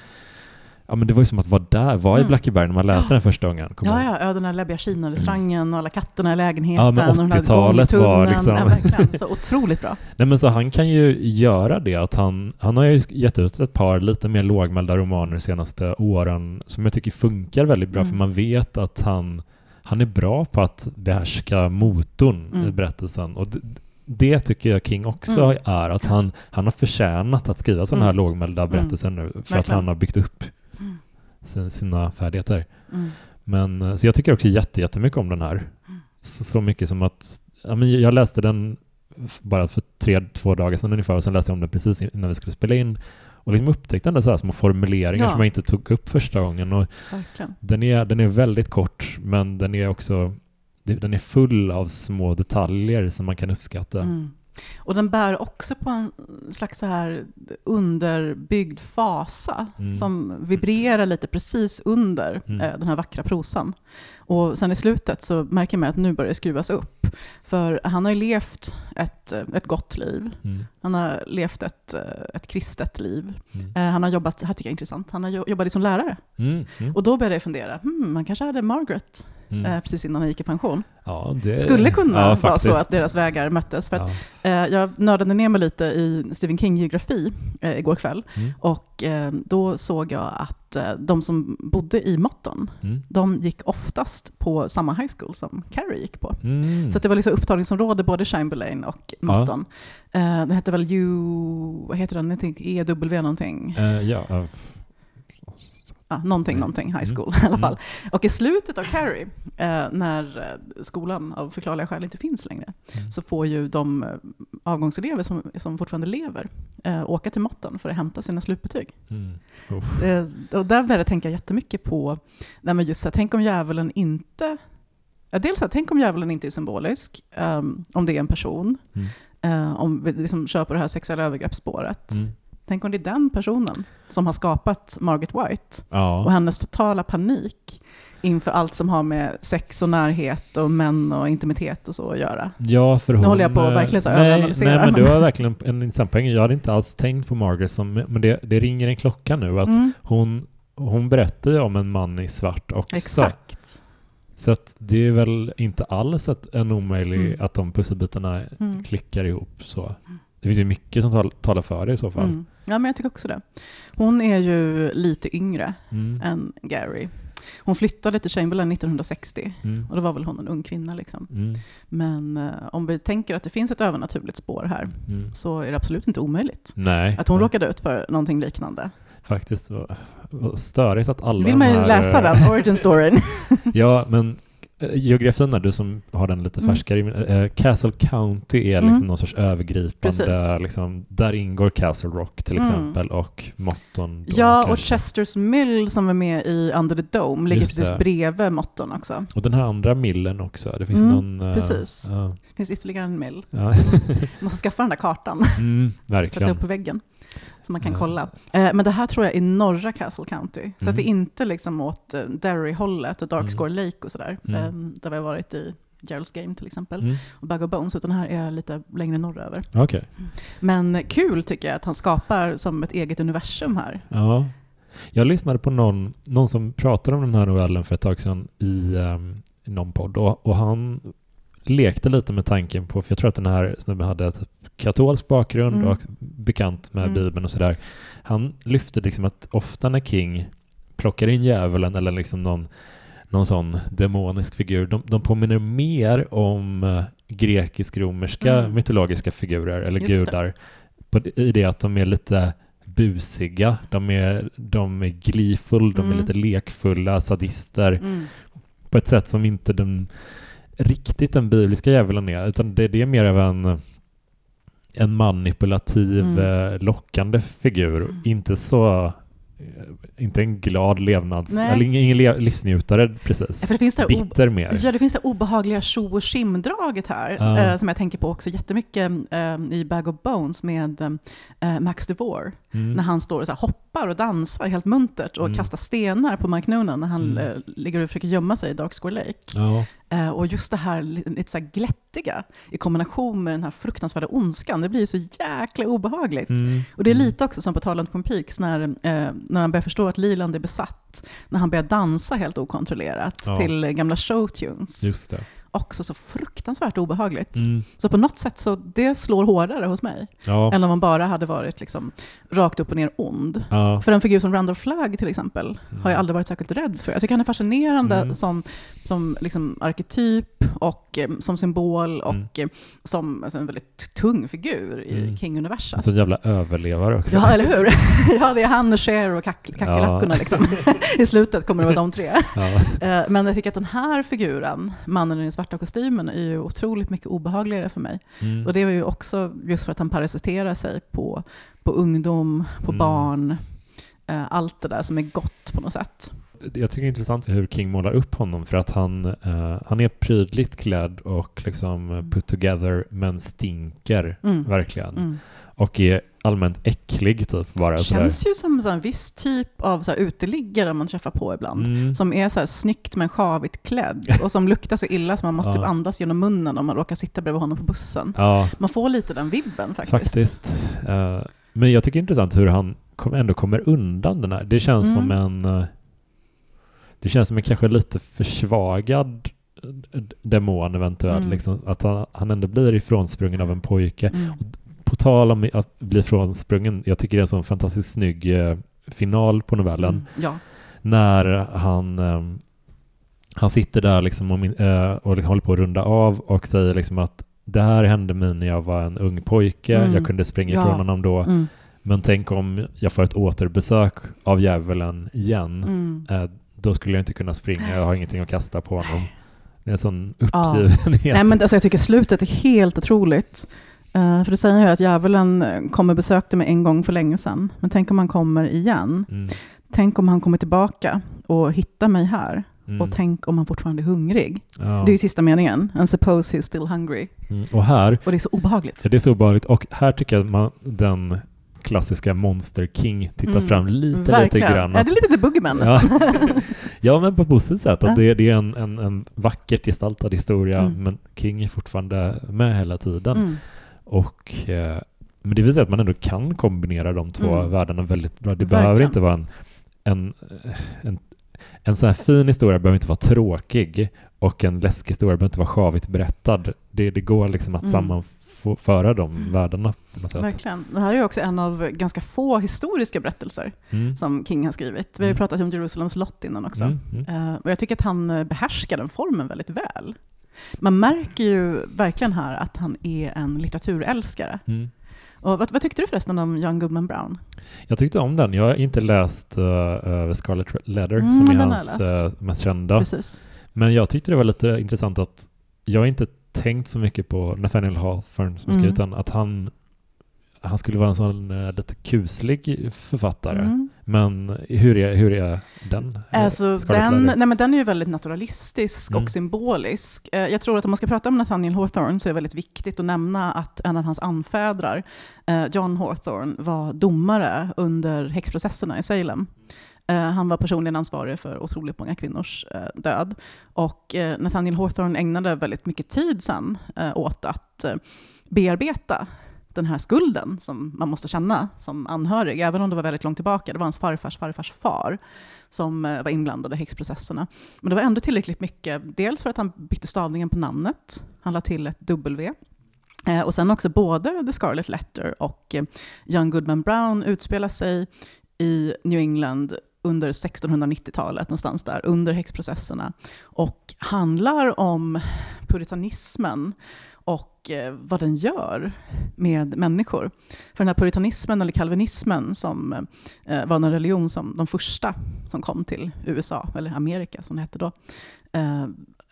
ja, men det var ju som att vara där, var mm. i Blackeberg när man läste ja. den första gången. Ja, ja, ja, den här läbbiga Kina-restaurangen mm. och alla katterna i lägenheten. Ja, men åttiotalet var liksom... Ja, verkligen. Så otroligt bra. Nej, men så han kan ju göra det, att han, han har ju gett ut ett par lite mer lågmälda romaner de senaste åren som jag tycker funkar väldigt bra, mm. för man vet att han, han är bra på att behärska motorn mm. i berättelsen. Och det, det tycker jag King också mm. är, att han, han har förtjänat att skriva sådana här mm. lågmälda berättelser mm. nu, för Verkligen. Att han har byggt upp mm. sin, sina färdigheter. Mm. Men, så jag tycker också jätte, jättemycket om den här. Mm. Så, så mycket som att ja, men jag läste den bara för tre, två dagar sedan ungefär, och sen läste jag om den precis innan vi skulle spela in. Och liksom upptäckte den så här små formuleringar ja. Som jag inte tog upp första gången. Och den, är, den är väldigt kort, men den är också den är full av små detaljer som man kan uppskatta. Mm. Och den bär också på en slags så här underbyggd fasa mm. som vibrerar lite precis under mm. eh, den här vackra prosan. Och sen i slutet så märker man att nu börjar det skruvas upp. För han har ju levt ett, ett gott liv. Mm. Han har levt ett, ett kristet liv. Mm. Eh, han har jobbat, här tycker jag är intressant, han har jobbat som lärare. Mm. Mm. Och då började jag fundera, hmm, man kanske hade Margaret mm. eh, precis innan han gick i pension. Ja, det skulle kunna ja, vara så att deras vägar möttes. För att, ja. eh, jag nördade ner mig lite i Stephen King-geografi eh, igår kväll. Mm. Och eh, då såg jag att eh, de som bodde i Motton, mm. de gick oftast på samma high school som Carrie gick på. Mm. Så att det var liksom upptagningsområde både Chamberlain och Motton. Ja. Eh, det hette väl U... Vad heter den? E W någonting. Uh, ja, uh. Ja, någonting, mm. någonting high school mm. i alla fall. Mm. Och i slutet av Carrie, eh, när skolan av förklarliga skäl inte finns längre, mm. så får ju de avgångselever som, som fortfarande lever eh, åka till Motton för att hämta sina slutbetyg. Mm. Oh. Eh, och där började jag tänka jättemycket på, nej men just så här, tänk om djävulen inte, ja, dels att tänk om djävulen inte är symbolisk, um, om det är en person, mm. uh, om vi liksom kör på det här sexuella övergreppsspåret. Mm. Tänk om det är den personen som har skapat Margaret White ja. Och hennes totala panik inför allt som har med sex och närhet och män och intimitet och så att göra. Ja, för hon... Nu håller jag på att verkligen så överanalysera. Nej, men du har verkligen en intressant poäng. Jag hade inte alls tänkt på Margaret som, men det, det ringer en klocka nu att mm. hon, hon berättar ju om en man i svart också. Exakt. Så att det är väl inte alls att en omöjlig mm. att de pusselbitarna mm. klickar ihop så. Det finns ju mycket som tal- talar för det i så fall. Mm. Ja, men jag tycker också det. Hon är ju lite yngre mm. än Gary. Hon flyttade till Chamberlain nittonhundrasextio mm. och då var väl hon en ung kvinna liksom. Mm. Men eh, om vi tänker att det finns ett övernaturligt spår här mm. så är det absolut inte omöjligt. Nej. Att hon Nej. råkade ut för någonting liknande. Faktiskt var, var störigt att alla vill man ju här... läsa den, origin storyn. Ja, men geografin är du som har den lite färskare. Mm. Uh, Castle County är liksom mm. någon sorts övergripande, liksom, där ingår Castle Rock till exempel mm. och Motton. Ja, kanske. Och Chester's Mill som är med i Under the Dome ligger Just precis det. bredvid Motton också. Och den här andra millen också. Det finns mm, någon... Uh, precis. Uh. Det finns ytterligare en mill. Ja. Måste skaffa den där kartan. Mm, verkligen. Sätta upp på väggen. Så man kan uh. kolla. Eh, men det här tror jag är norra Castle County. Så mm. att det är inte liksom åt uh, Derry-hållet och Darkscore mm. Lake och sådär. Mm. Eh, där vi har varit i Gerald's Game till exempel. Mm. Och Bag of Bones. Utan här är lite längre norröver. Okay. Men kul tycker jag att han skapar som ett eget universum här. Ja. Jag lyssnade på någon, någon som pratade om den här novellen för ett tag sedan i, um, i någon podd. Och, och han lekte lite med tanken på, för jag tror att den här snubben hade ett katolsk bakgrund mm. och bekant med mm. Bibeln och sådär. Han lyfte liksom att ofta när King plockar in djävulen eller liksom någon, någon sån demonisk figur, de, de påminner mer om uh, grekisk-romerska mm. mytologiska figurer eller Just gudar på, i det att de är lite busiga, de är, de är gleeful, de mm. är lite lekfulla sadister mm. på ett sätt som inte den riktigt den bibliska djävulen är, utan det, det är mer av en en manipulativ, mm. lockande figur. Mm. Inte så inte en glad levnads Nej. eller ingen livsnjutare precis. Ja, för det finns det bitter mer. Ja, det finns det obehagliga tjo- och skimdraget här uh. eh, som jag tänker på också jättemycket eh, i Bag of Bones med eh, Max Devore mm. när han står och så här, hoppar och dansar helt muntert och mm. kastar stenar på Mark Noonan när han mm. eh, ligger och försöker gömma sig i Darkscore Lake. Uh. Eh, och just det här lite så här glättiga i kombination med den här fruktansvärda ondskan, det blir ju så jäkla obehagligt. Mm. Och det är lite också som på tal om Twin Peaks när, eh, när han börjar förstå att Leland är besatt, när han börjar dansa helt okontrollerat ja. till gamla showtunes. Just det. också så fruktansvärt obehagligt. Mm. Så på något sätt så det slår hårdare hos mig. Ja. Än om man bara hade varit liksom rakt upp och ner ond. Ja. För en figur som Randolph Flagg till exempel mm. har jag aldrig varit särskilt rädd för. Jag tycker han är fascinerande mm. som, som liksom arketyp och eh, som symbol och mm. eh, som alltså, en väldigt tung figur i mm. King-universat. Så en jävla överlevare också. Ja, eller hur? Ja, det är han och Cher och kack- kackerlackorna ja. liksom. I slutet kommer det vara de tre. Ja. Men jag tycker att den här figuren, mannen i den svarta kostymen, är ju otroligt mycket obehagligare för mig. Mm. Och det är ju också just för att han parasiterar sig på, på ungdom, på mm. barn, allt det där som är gott på något sätt. Jag tycker det är intressant hur King målar upp honom, för att han, uh, han är prydligt klädd och liksom put together, men stinker mm. verkligen. Mm. Och är allmänt äcklig typ bara. Känns sådär. ju som så en viss typ av så här uteliggare man träffar på ibland. Mm. Som är så här snyggt men sjavigt klädd. Och som luktar så illa som man måste ja. typ andas genom munnen om man råkar sitta bredvid honom på bussen. Ja. Man får lite den vibben faktiskt. Faktiskt. Uh, men jag tycker det är intressant hur han kom, ändå kommer undan den här. Det känns mm. som en... Uh, det känns som en kanske lite försvagad demon eventuellt. Mm. Liksom, att han, han ändå blir ifrånsprungen av en pojke. Mm. På tal om att bli frånsprungen, jag tycker det är en sån fantastiskt snygg eh, final på novellen. Mm, ja. När han eh, han sitter där liksom och, eh, och liksom håller på att runda av och säger liksom att det här hände mig när jag var en ung pojke. Mm. Jag kunde springa ja. ifrån honom då. Mm. Men tänk om jag får ett återbesök av djävulen igen. Mm. Eh, då skulle jag inte kunna springa. Jag har ingenting att kasta på honom. Det är en sån uppgivenhet. Ja. Nej, men alltså, jag tycker slutet är helt otroligt. Uh, för det säger ju att djävulen kommer besökte mig en gång för länge sedan. Men tänk om han kommer igen. Mm. Tänk om han kommer tillbaka och hittar mig här. Mm. Och tänk om han fortfarande är hungrig. Ja. Det är ju sista meningen. And suppose he's still hungry. Mm. Och, här, och det är så obehagligt. Det är så obehagligt. Och här tycker jag att man, den klassiska Monster King tittar mm. fram lite, Verkligen. lite grann. Ja, det är lite The Boogeyman nästan. Ja. Ja, men på ett positivt sätt. Att det, det är en, en, en vackert gestaltad historia. Mm. Men King är fortfarande med hela tiden. Mm. Och, eh, men det vill säga att man ändå kan kombinera de två mm. världarna väldigt bra. Det Verkligen. behöver inte vara en, en, en, en sån här fin historia behöver inte vara tråkig, och en läskig historia behöver inte vara sjavigt berättad. Det, det går liksom att mm. sammanföra de mm. världarna på något sätt. Verkligen. Det här är också en av ganska få historiska berättelser mm. som King har skrivit. Vi har ju pratat om Jerusalems lott innan också. Mm. Mm. Uh, och jag tycker att han behärskar den formen väldigt väl. Man märker ju verkligen här att han är en litteraturälskare. Mm. Och vad, vad tyckte du förresten om Young Goodman Brown? Jag tyckte om den. Jag har inte läst uh, Scarlet Letter mm, som är hans uh, mest kända. Precis. Men jag tyckte det var lite intressant att jag inte tänkt så mycket på Nathaniel Hawthorne som mm. skrivit den, att han han skulle vara en sån uh, lite kuslig författare. Mm. Men hur är, hur är den? Alltså, den, nej, men den är ju väldigt naturalistisk mm. och symbolisk. Uh, jag tror att om man ska prata om Nathaniel Hawthorne så är det väldigt viktigt att nämna att en av hans anfädrar, uh, John Hawthorne, var domare under häxprocesserna i Salem. Uh, han var personligen ansvarig för otroligt många kvinnors uh, död. Och uh, Nathaniel Hawthorne ägnade väldigt mycket tid sen uh, åt att uh, bearbeta den här skulden som man måste känna som anhörig, även om det var väldigt långt tillbaka. Det var hans farfars farfars far som uh, var inblandad i häxprocesserna. Men det var ändå tillräckligt mycket, dels för att han bytte stavningen på namnet. Han la till ett W. Uh, och sen också både The Scarlet Letter och uh, Young Goodman Brown utspelar sig i New England under sextonhundranittiotalet, någonstans där, under häxprocesserna. Och handlar om puritanismen och eh, vad den gör med människor. För den här puritanismen eller kalvinismen som eh, var en religion som de första som kom till U S A, eller Amerika som det hette då, eh,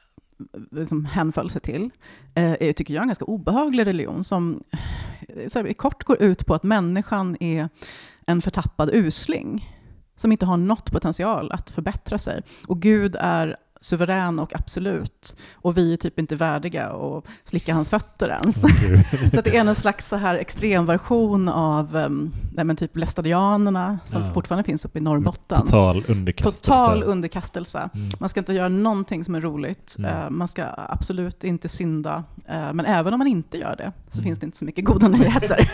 som hänföll sig till, eh, är, tycker jag, en ganska obehaglig religion som så här, kort går ut på att människan är en förtappad usling som inte har något potential att förbättra sig. Och Gud är suverän och absolut. Och vi är typ inte värdiga att slicka hans fötter ens. Okay. Så att det är en slags så här extremversion av um, nej, men typ lästadianerna som ja. fortfarande finns uppe i Norrbotten. Total underkastelse. Total underkastelse. Mm. Man ska inte göra någonting som är roligt. Mm. Uh, man ska absolut inte synda. Uh, men även om man inte gör det så mm. finns det inte så mycket goda nyheter. Så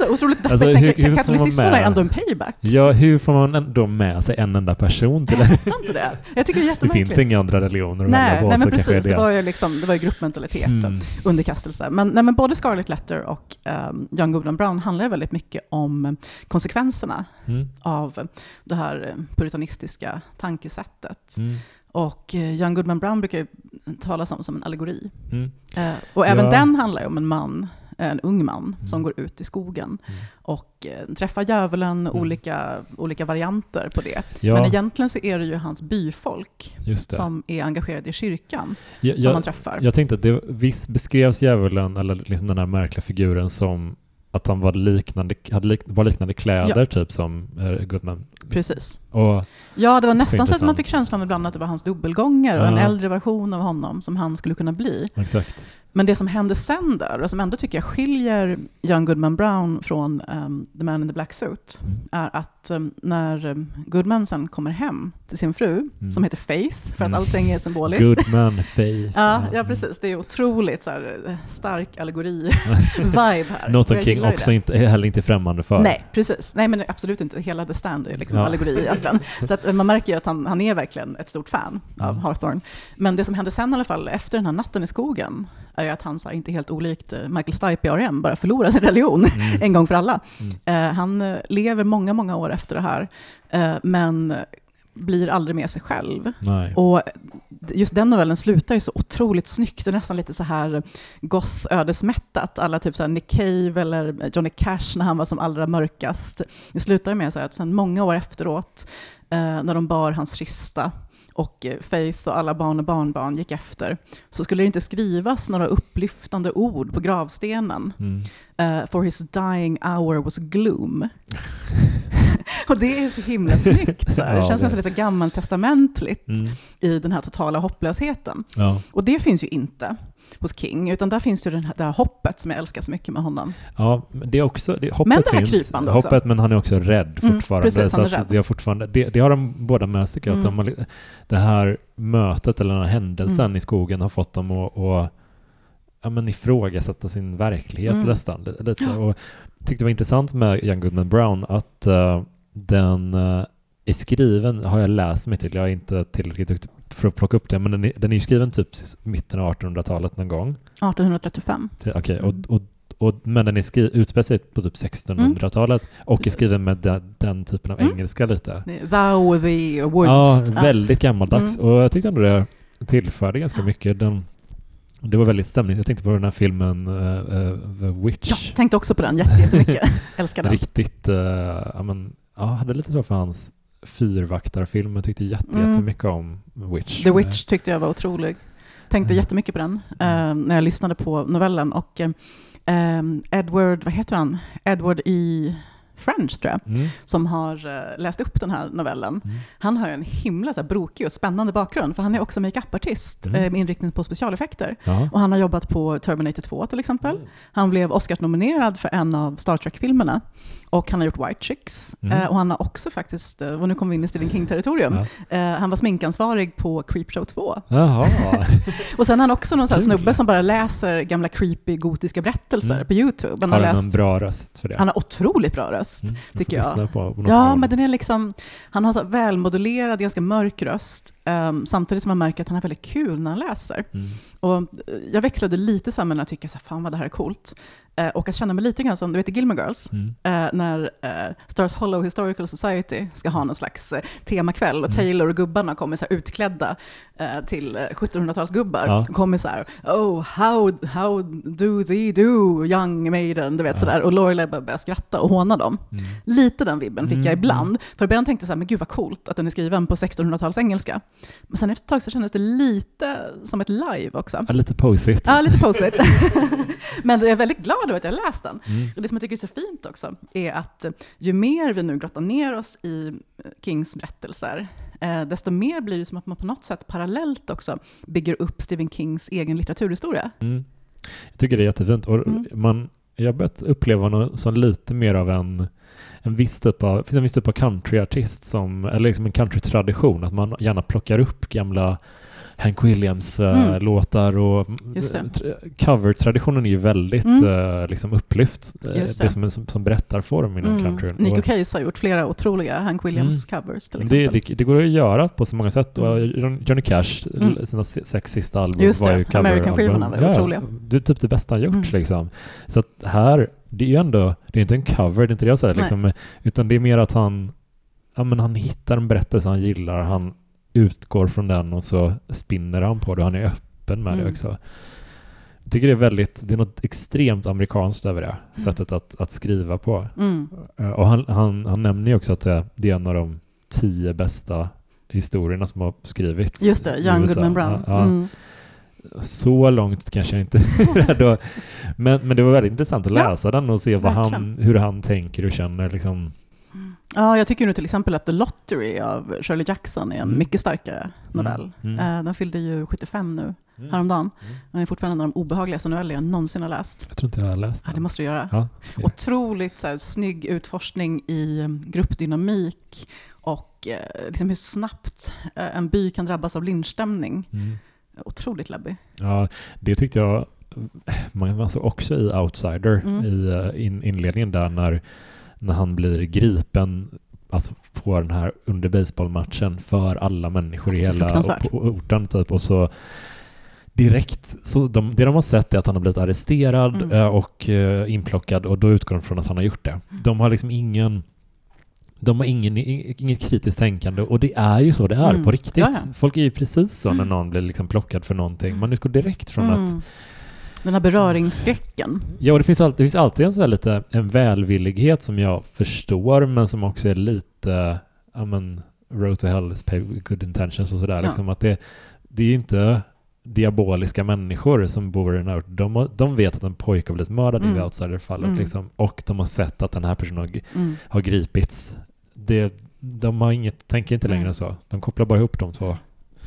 så otroligt deppigt. Alltså, jag tänker, hur, katolicismen är ändå en payback. Ja, hur får man ändå med sig en enda person till det? Inte det. Jag tycker det är jättemärkligt. Det finns inga andra religioner. Nej, nej men precis. Det. det var ju liksom, det var ju gruppmentalitet mm. och underkastelse. Men, nej, men både Scarlet Letter och um, Young Goodman Brown handlar väldigt mycket om konsekvenserna mm. av det här puritanistiska tankesättet. Mm. Och uh, Young Goodman Brown brukar ju talas om som en allegori. Mm. Uh, och även ja. den handlar ju om en man, en ung man mm. som går ut i skogen mm. och eh, träffar djävulen, mm. olika, olika varianter på det. Ja. Men egentligen så är det ju hans byfolk som är engagerade i kyrkan ja, som jag, man träffar. Jag tänkte att det visst beskrevs djävulen, eller liksom den här märkliga figuren, som att han var liknande, hade lik, var liknande kläder ja. typ som uh, Goodman. Precis. Och ja, det var nästan så att man fick känslan ibland att det var hans dubbelgångare ja. och en äldre version av honom som han skulle kunna bli. Exakt. Men det som hände sen där, och som ändå tycker jag skiljer Young Goodman Brown från um, The Man in the Black Suit, mm. är att um, när um, Goodman sen kommer hem till sin fru, mm. som heter Faith, för att mm. allting är symboliskt. Goodman, Faith. ja, ja, precis. Det är otroligt så här, stark allegori-vibe här. Något som King också inte, heller inte främmande för. Nej, precis. Nej, men absolut inte. Hela The Stand är liksom ja. allegori egentligen. Så att man märker ju att han, han är verkligen ett stort fan mm. av Hawthorne. Men det som hände sen i alla fall, efter den här natten i skogen, är ju att han, så här, inte helt olikt Michael Stipe i R E M, bara förlorar sin religion mm. en gång för alla. Mm. Uh, han lever många, många år efter det här, uh, men blir aldrig med sig själv. Nej. Och just den novellen slutar ju så otroligt snyggt. Det är nästan lite så här goth-ödesmättat. Alla typ så här Nick Cave eller Johnny Cash när han var som allra mörkast. Det slutar med så här att sen många år efteråt, uh, när de bar hans kista, och Faith och alla barn och barnbarn gick efter, så skulle det inte skrivas några upplyftande ord på gravstenen. Mm. Uh, for his dying hour was gloom. Och det är så himla snyggt. Så här. Ja, det känns det. nästan lite gammaltestamentligt mm. i den här totala hopplösheten. Ja. Och det finns ju inte hos King, utan där finns ju det här, det här hoppet som jag älskar så mycket med honom. Ja, det är också det, hoppet men det här finns, krypande också. Hoppet, men han är också rädd fortfarande. Mm, precis, så han är rädd. Det, har fortfarande, det, det har de båda med sig, mm. att de har, det här mötet eller den här händelsen mm. i skogen har fått dem att, att ja, men ifrågasätta sin verklighet mm. nästan lite. Och tyckte det var intressant med Young Goodman Brown att uh, den uh, är skriven, har jag läst mig till, jag är inte tillräckligt duktig för att plocka upp det, men den är, den är skriven typ mitten av artonhundratalet någon gång. arton trettiofem. Okej, okay, mm. och, och, och, men den är skri- utspelar sig på typ sextonhundratalet mm. och Precis. är skriven med den, den typen av mm. engelska lite. Thou, thee, woods. Ja, väldigt gammaldags. Mm. Och jag tyckte ändå det tillförde ganska mycket. Den, det var väldigt stämning. Jag tänkte på den här filmen uh, uh, The Witch. Ja, tänkte också på den jättemycket. Älskar den. Riktigt, uh, ja, men, ja, hade lite så för hans fyrvaktarfilm. Jag tyckte jätte, mm. jättemycket om Witch. The Witch tyckte jag var otrolig. Tänkte mm. jättemycket på den uh, när jag lyssnade på novellen. Och uh, Edward, vad heter han? Edward E. French, tror jag, mm. som har uh, läst upp den här novellen. Mm. Han har ju en himla så här, brokig och spännande bakgrund, för han är också make-up-artist mm. uh, med inriktning på specialeffekter. Jaha. Och han har jobbat på Terminator två till exempel. Mm. Han blev Oscars-nominerad för en av Star Trek-filmerna. Och han har gjort White Chicks. Mm. Uh, och han har också faktiskt, uh, och nu kommer vi in i Stephen King-territorium, ja. uh, han var sminkansvarig på Creepshow två. Jaha. Och sen har han också någon sån här snubbe som bara läser gamla creepy gotiska berättelser mm. på YouTube. Han har har han läst, en bra röst för det? Han har otroligt bra röst, mm. tycker jag. På, på ja, men den är liksom, han har så välmodulerad, ganska mörk röst. Um, samtidigt som man märker att han har väldigt kul när han läser. Mm. Och jag växlade lite samman när jag tycker så här, fan vad det här är coolt. Uh, och jag känner mig lite grann som, du vet i Gilmore Girls, mm. uh, när uh, Stars Hollow Historical Society ska ha någon slags uh, temakväll och mm. Taylor och gubbarna kommer så här utklädda uh, till uh, sjuttonhundratalsgubbar. Ja. Och kommer så här, oh, how, how do thee do, young maiden, du vet ja. sådär. Och Lorelai börjar skratta och håna dem. Mm. Lite den vibben fick mm. jag ibland. För början tänkte jag så här, men gud vad coolt att den är skriven på sextonhundratals engelska. Men sen efter ett tag så kändes det lite som ett live också. Ja, lite posigt. Ja, lite posigt. Men jag är väldigt glad över att jag läst den. Mm. Och det som jag tycker är så fint också är att ju mer vi nu grottar ner oss i Kings berättelser, eh, desto mer blir det som att man på något sätt parallellt också bygger upp Stephen Kings egen litteraturhistoria. Mm. Jag tycker det är jättefint. Och mm. man, jag har börjat uppleva något som lite mer av en en viss typ av, finns en viss typ av countryartist som, eller liksom en countrytradition, att man gärna plockar upp gamla Hank Williams-låtar mm. och cover-traditionen är ju väldigt mm. uh, liksom upplyft. Det. det är som, som, som berättarform inom mm. country. Nico Case har gjort flera otroliga Hank Williams-covers mm. till exempel. Det, det, det går att göra på så många sätt. Och Johnny Cash, mm. sina sex sista album Just var ju cover-album. American-skivorna var ja, otroliga. Det är typ det bästa han gjort mm. liksom. Så att här, det är ju ändå, det är inte en cover, det är inte det jag säger liksom, utan det är mer att han, ja, men han hittar en berättelse han gillar, han utgår från den och så spinner han på det. Han är öppen med mm. det också. Jag tycker det är väldigt, det är något extremt amerikanskt över det mm. sättet att, att skriva på. Mm. Och han, han, han nämner ju också att det, det är en av de tio bästa historierna som har skrivits. Just det, Young Goodman Brown. Ja, mm. Så långt kanske jag inte då. Men, men det var väldigt intressant att läsa ja, den och se vad han, hur han tänker och känner liksom. Ja, jag tycker nu till exempel att The Lottery av Shirley Jackson är en mm. mycket starkare novell. Mm. Mm. Den fyllde ju sjuttiofem nu, mm. häromdagen. Mm. Den är fortfarande en av de obehagligaste noveller jag någonsin har läst. Jag tror inte jag har läst den. Ja, det måste du göra. Ja, okay. Otroligt så här, snygg utforskning i gruppdynamik och eh, liksom hur snabbt eh, en by kan drabbas av lynchstämning. Mm. Otroligt läbbig. Ja, det tyckte jag man var så också i Outsider mm. i in, inledningen där när när han blir gripen alltså på den här under baseballmatchen för alla människor i hela orten typ, och så direkt så de, det de har sett är att han har blivit arresterad mm. och uh, inplockad, och då utgår de från att han har gjort det. De har liksom ingen de har ingen, inget kritiskt tänkande, och det är ju så det är mm. på riktigt. Jaja. Folk är ju precis så när någon blir liksom plockad för någonting. Man utgår direkt från mm. att den här beröringsskräcken. Ja, och det finns alltid, det finns alltid en så här lite en välvillighet som jag förstår, men som också är lite I mean, road to hell is paved with good intentions och sådär. Ja. Liksom att det, det är ju inte diaboliska människor som bor i den här. De, de vet att en pojke har blivit mördad mm. i Outsider-fallet mm. liksom, och de har sett att den här personen har, mm. har gripits. Det, de har inget, tänker inte längre mm. så. De kopplar bara ihop de två.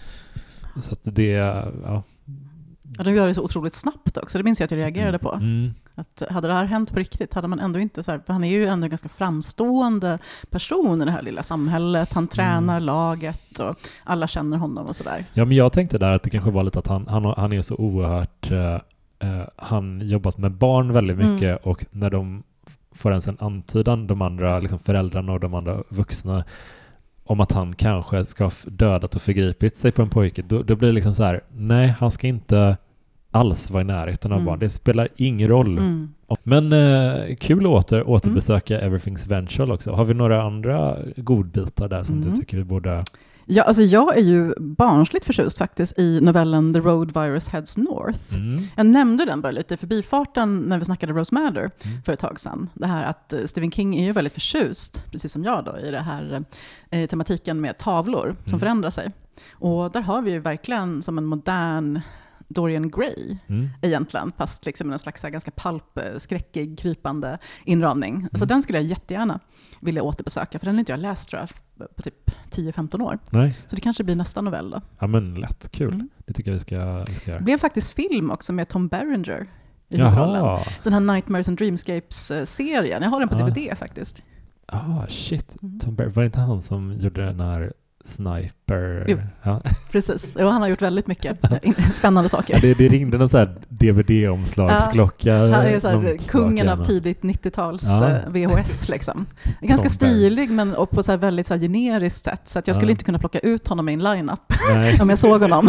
Så att det, ja. Ja, de gör det så otroligt snabbt också. Det minns jag att jag reagerade på. Mm. Att hade det här hänt på riktigt hade man ändå inte så här, för han är ju ändå en ganska framstående person i det här lilla samhället. Han tränar mm. laget och alla känner honom och sådär. Ja, men jag tänkte där att det kanske var lite att han, han, han är så oerhört uh, uh, han jobbat med barn väldigt mycket mm. och när de får ens en antydan, de andra liksom föräldrarna och de andra vuxna, om att han kanske ska ha dödat och förgripit sig på en pojke, då, då blir det liksom så här, nej, han ska inte alls vara i närheten av mm. barn. Det spelar ingen roll. Mm. Men eh, kul att åter, återbesöka mm. Everything's Vengeful också. Har vi några andra godbitar där som mm. du tycker vi borde... Ja, alltså jag är ju barnsligt förtjust faktiskt i novellen The Road Virus Heads North. Mm. Jag nämnde den bara lite i förbifarten när vi snackade Rose Madder mm. för ett tag sedan. Det här att Stephen King är ju väldigt förtjust, precis som jag då, i det här eh, tematiken med tavlor mm. som förändrar sig. Och där har vi ju verkligen som en modern Dorian Gray mm. egentligen, fast liksom en slags ganska palpskräckig, krypande inramning. Mm. Alltså den skulle jag jättegärna vilja återbesöka, för den har inte jag läst tror jag på typ tio femton år. Nej. Så det kanske blir nästa novell då. Ja, men lätt, kul. Mm. Det tycker jag vi ska, vi ska göra. Det blev faktiskt film också med Tom Berenger i huvudrollen. Den här Nightmares and Dreamscapes-serien. Jag har den på ah. D V D faktiskt. Ah, shit. Mm. Tom Ber- var det inte han som gjorde den här Sniper? Jo, ja. Precis. Jo, han har gjort väldigt mycket spännande saker. Ja, det, det ringde någon så här D V D-omslagsklocka. Ja, han är så här, kungen av tidigt nittio-tals ja. V H S liksom. Ganska stilig, men och på så här väldigt så här generiskt sätt. Så att jag skulle ja. inte kunna plocka ut honom i en line-up om jag såg honom.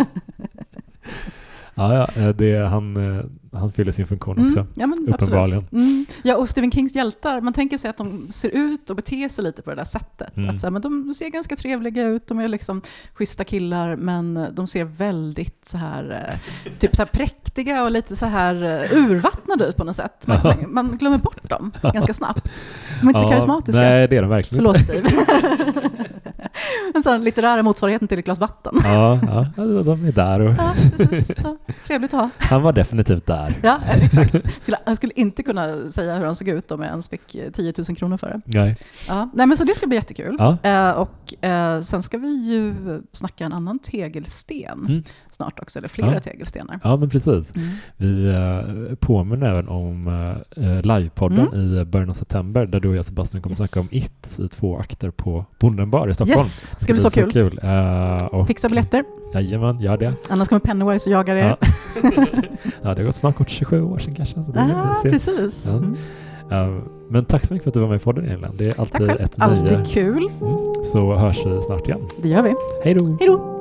Ja, ja det, han, han fyller sin funktion också. Mm, ja, men uppenbarligen. Mm. Ja, och Stephen Kings hjältar, man tänker sig att de ser ut och beter sig lite på det där sättet. Mm. Att, så här, men de ser ganska trevliga ut, de är liksom schyssta killar, men de ser väldigt så här, typ så här präktiga och lite så här urvattnade ut på något sätt. Man, man, man glömmer bort dem ganska snabbt. De är inte ja, så karismatiska. Nej, det är de verkligen inte. Förlåt, Steve. En sån litterära motsvarigheten till ett glas vatten. Ja, ja, de är där. Och ja, precis. Ja, trevligt att ha. Han var definitivt där. Ja, exakt. Skulle, jag skulle inte kunna säga hur han såg ut om jag ens fick tio tusen kronor för det. Nej. Ja, nej, men så det ska bli jättekul. Ja. Eh, och eh, sen ska vi ju snacka en annan tegelsten. Mm. snart också, eller flera ja. tegelstenar. Ja, men precis. Mm. Vi uh, påminner även om uh, livepodden mm. i början av september, där du och jag, Sebastian, kommer yes. snacka om It i två akter på Bondenbar i Stockholm. Yes, det ska bli så, så kul. kul. Uh, och Fixa biljetter. Jajamän, gör det. Annars kommer Pennywise och jagar er. Ja, ja det har gått snart gått tjugosju år sedan kanske. Så det ah, precis. Ja. Mm. Uh, men tack så mycket för att du var med i podden, Elin. Det är alltid ett nöje. Alltid kul. Mm. Så hörs vi snart igen. Det gör vi. Hej då. Hej då.